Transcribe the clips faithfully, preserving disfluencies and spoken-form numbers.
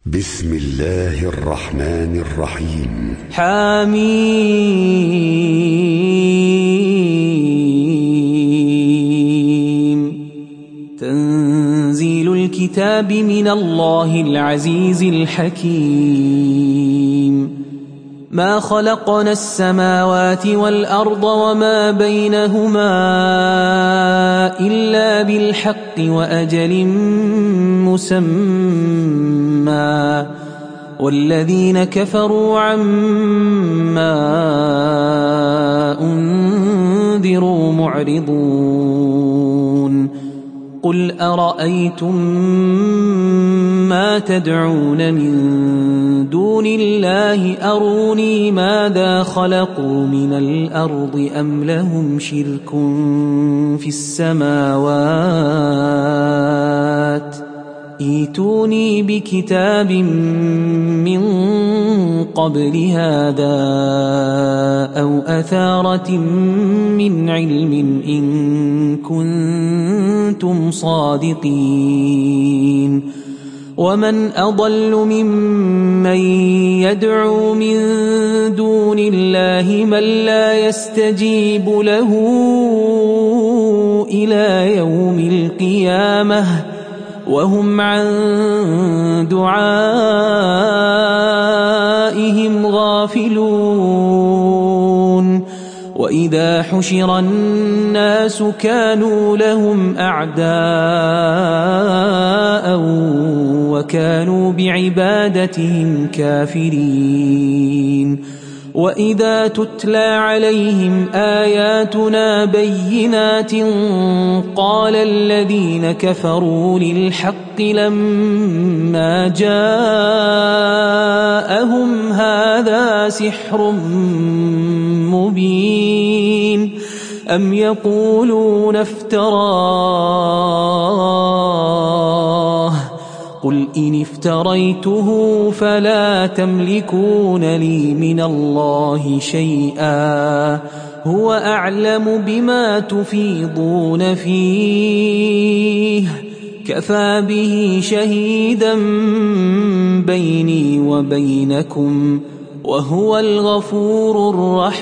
بسم الله الرحمن الرحيم. حميم. تنزيل الكتاب من الله العزيز الحكيم. ما خلقنا السماوات والأرض وما بينهما إلا بالحق وأجل مسمى، والذين كفروا عما أنذروا معرضون. قل أرأيتم ما تدعون من دون الله أروني ماذا خلقوا من الأرض أم لهم شرك في السماوات ائتوني بكتاب من قبل هذا أو أثارة من علم إن كنتم صادقين. ومن أضل ممن يدعو من دون الله من لا يستجيب له إلى يوم القيامة وهم عن دعائهم غافلون. وإذا حشر الناس كانوا لهم أعداء وكانوا بعبادتهم كافرين. وإذا تتلى عليهم آياتنا بينات قال الذين كفروا للحق لما جاءهم هذا سحر مبين أم يقولون افتراه قل إن افتريته فلا تملكون لي من الله شيئا هو أعلم بما تفيضون فيه كفى به شهيدا بيني وبينكم وهو الغفور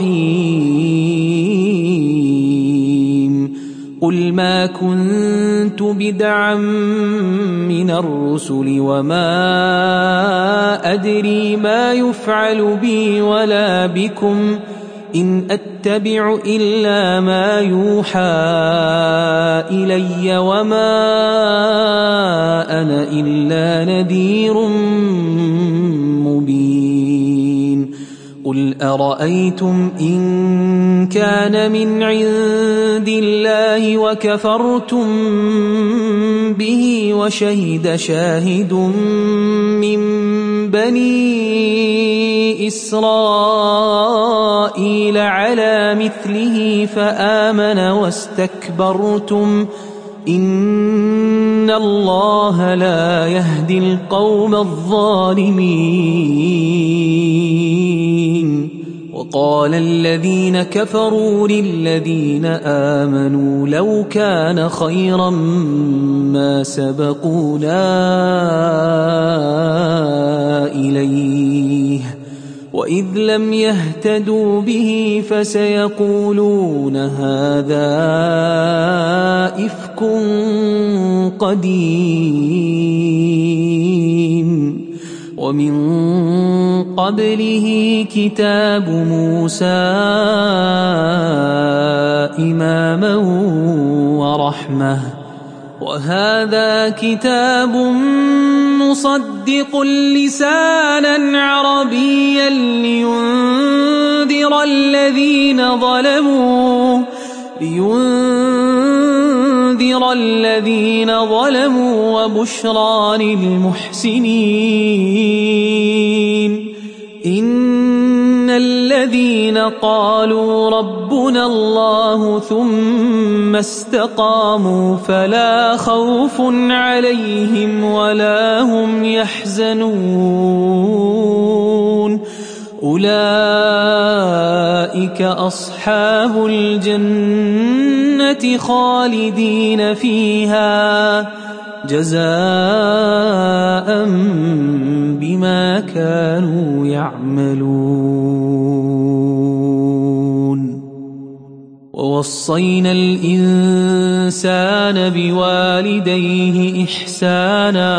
الرحيم. قل ما كنت بدعا من الرسل وما أدري ما يفعل بي ولا بكم إن أتبع إلا ما يوحى إلي وما أنا إلا نذير مبين. قل أرأيتم إن كان من عند الله وكفرتم به وشهد شاهد من بني إسرائيل على مثله فآمن واستكبرتم إن الله لا يهدي القوم الظالمين. وقال الذين كفروا للذين آمنوا لو كان خيرا ما سبقونا إليه وإذ لم يهتدوا به فسيقولون هذا إفك قديم. ومن قبله كتاب موسى إماما ورحمة وهذا كتاب مصدق لسانا عربيا لينذر الذين ظلموا لينذر الذين ظلموا وبشرى للمحسنين. إن الذين قالوا ربنا الله ثم استقاموا فلا خوف عليهم ولا هم يحزنون أولئك أصحاب الجنة خالدين فيها جزاء بما كانوا يعملون ووصينا الإنسان بوالديه إحسانا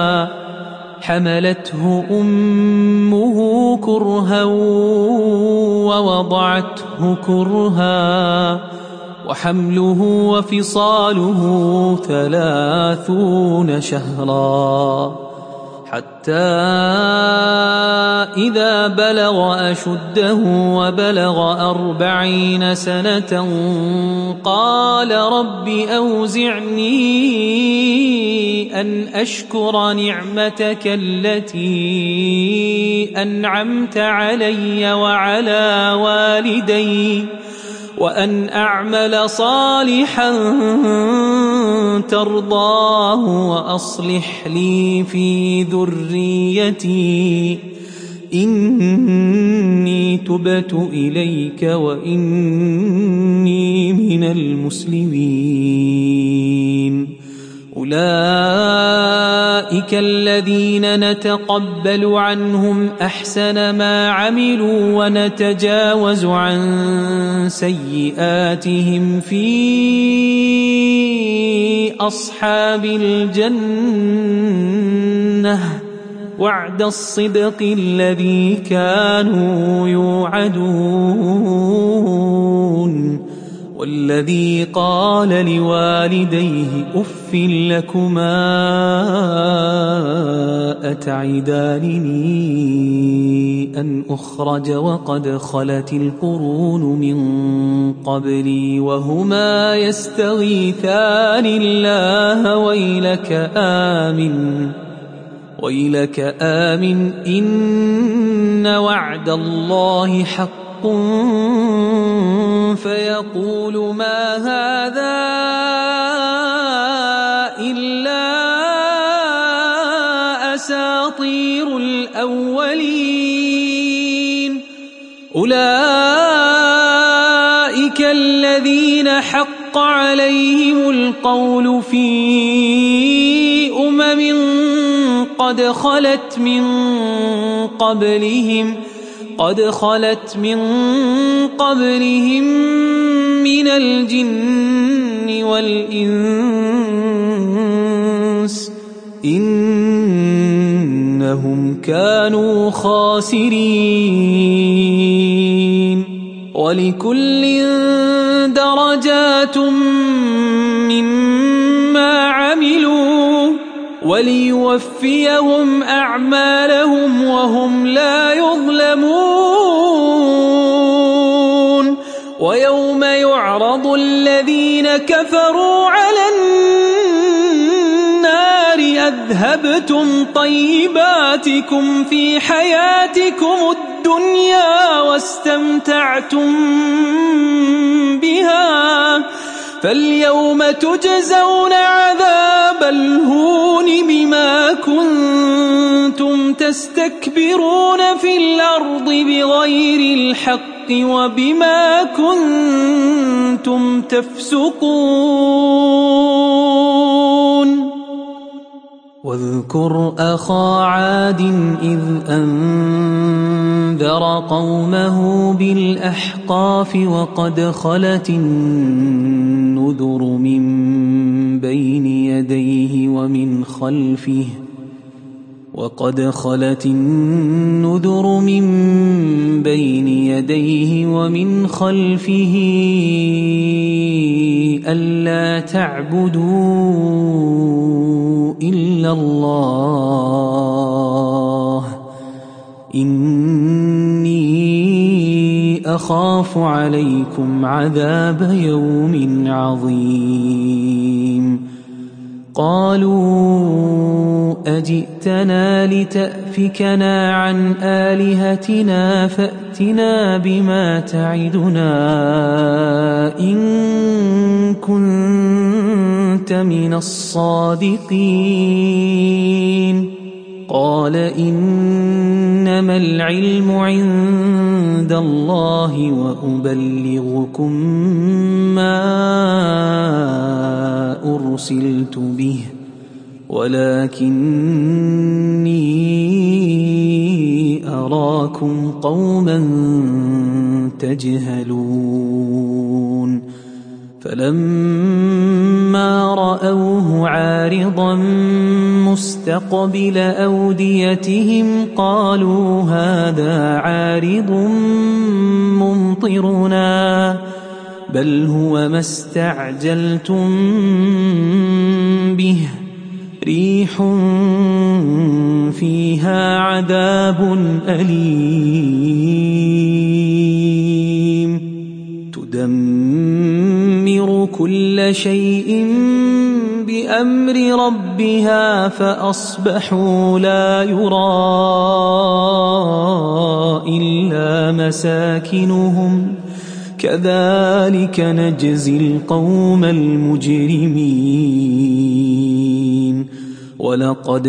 حملته أمه كرها ووضعته كرها وحمله وفصاله ثلاثون شهرا حتى إذا بلغ أشده وبلغ أربعين سنة قال رب أوزعني أن أشكر نعمتك التي أنعمت علي وعلى والدي وأن أعمل صالحا ترضاه وأصلح لي في ذريتي إني تبت إليك وإني من المسلمين أولئك الذين نتقبل عنهم أحسن ما عملوا ونتجاوز عن سيئاتهم في أصحاب الجنة وعد الصدق الذي كانوا يوعدون والذي قال لوالديه أف لكما أتعدانني أن أخرج وقد خلت القرون من قبلي وهما يستغيثان الله ويلك آمن ويلك آمن إن وعد الله حق فيقول ما هذا إلا أساطير الأولين أولئك الذين حق عليهم القول في أمم قد خلت من قبلهم قد خلت من قبلهم من الجن والإنس إنهم كانوا خاسرين ولكل درجات مما عملوا وليوفيهم أعمالهم وهم لا يظلمون ويوم يعرض الذين كفروا على النار أذهبتم طيباتكم في حياتكم الدنيا واستمتعتم بها فاليوم تجزون عذاب الهون بما كنتم تستكبرون في الأرض بغير الحق وبما كنتم تفسقون واذكر أخا عاد إذ أنذر قومه بالأحقاف وقد خلت النذر من بين يديه ومن خلفه وقد خلت النذر من بين يديه ومن خلفه ألا تعبدوا إلا الله إني أخاف عليكم عذاب يوم عظيم قالوا أجئتنا لتأفكنا عن آلهتنا فأتنا بما تعدنا إن كنت من الصادقين قال إنما العلم عند الله وأبلغكم ما أرسلت به ولكني أراكم قوما تجهلون فلما رأوه عارضا مستقبل أوديتهم قالوا هذا عارض ممطرنا بل هو ما استعجلتم به ريح فيها عذاب أليم تدمر كل شيء بأمر ربها فأصبحوا لا يرى إلا مساكنهم كذلك نجزي القوم المجرمين ولقد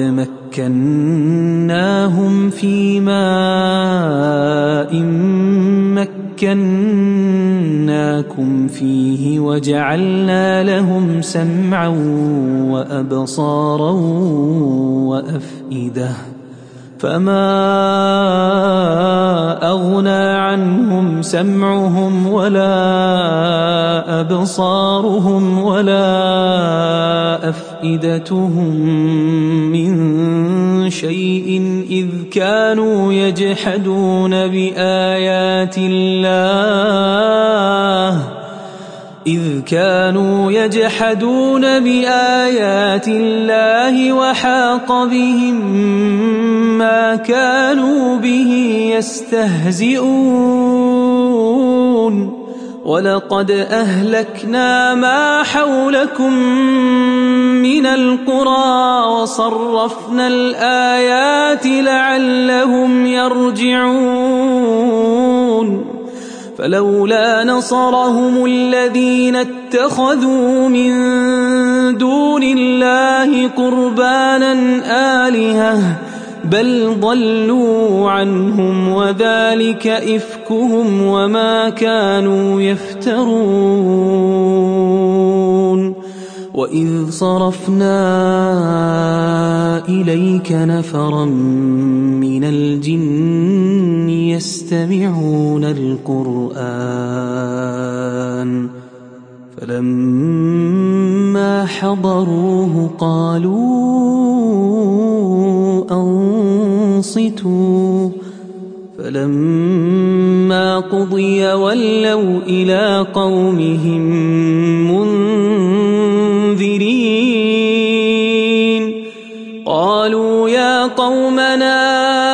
مكناهم في ماء مكناكم فيه وجعلنا لهم سمعا وأبصارا وأفئدة فما أغنى عنهم سمعهم ولا أبصارهم ولا أفئدتهم من شيء إذ كانوا يجحدون بآيات الله إذ كانوا يجحدون بآيات الله وحاق بهم ما كانوا به يستهزئون ولقد أهلكنا ما حولكم من القرى وصرفنا الآيات لعلهم يرجعون فلولا نصرهم الذين اتخذوا من دون الله قربانا آلهة بل ضلوا عنهم وذلك إفكهم وما كانوا يفترون وإذ صرفنا إليك نفرا من الجن يستمعون القرآن فلما حضروه قالوا أنصتوا فلما قضي ولوا إلى قومهم منذرين قالوا يا قومنا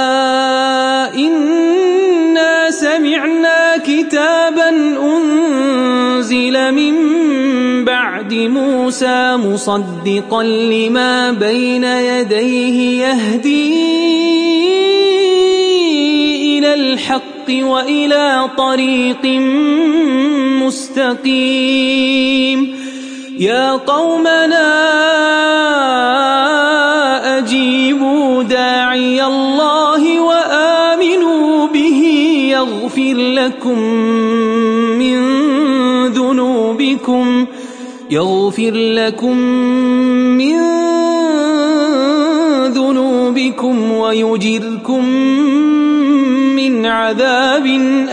إنا سمعنا كتابا أنزل من بعد موسى مصدقا لما بين يديه يهدي إلى الحق وإلى طريق مستقيم يا قومنا أجيبوا داعي الله وآمنوا به يغفر لكم من ذنوبكم يغفر لكم من ذنوبكم ويجركم من عذاب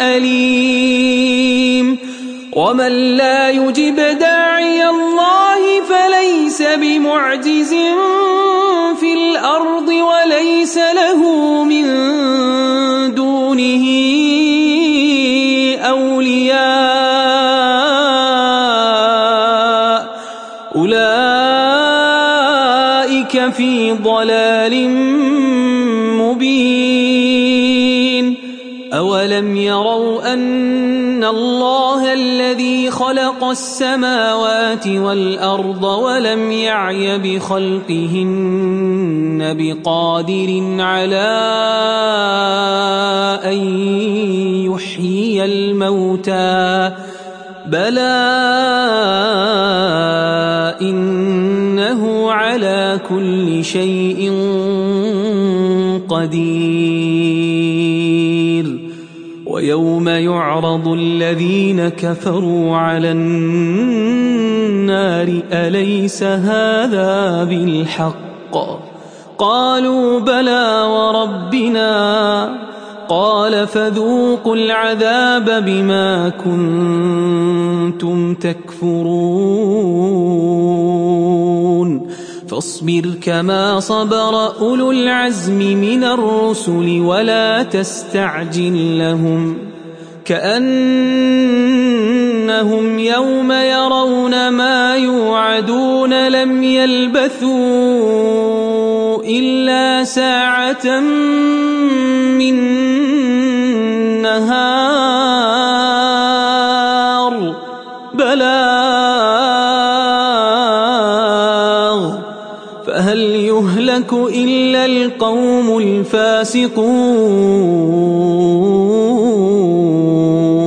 أليم ومن لا يجب داعي الله فليس بمعجز في الأرض وليس له من دونه أولياء أولئك في ضلال مبين أولم يروا أن الله الذي خلق السماوات والأرض ولم يعي بخلقهن بقادر على أن يحيي الموتى بلى إنه على كل شيء قدير ويوم يعرض الذين كفروا على النار أليس هذا بالحق قالوا بلى وربنا قال فذوقوا العذاب بما كنتم تكفرون فاصبر كما صبر أولو العزم من الرسل ولا تستعجل لهم كأنهم يوم يرون ما يوعدون لم يلبثوا إلا ساعة من نهار بلاغ فهل يهلك إلا القوم الفاسقون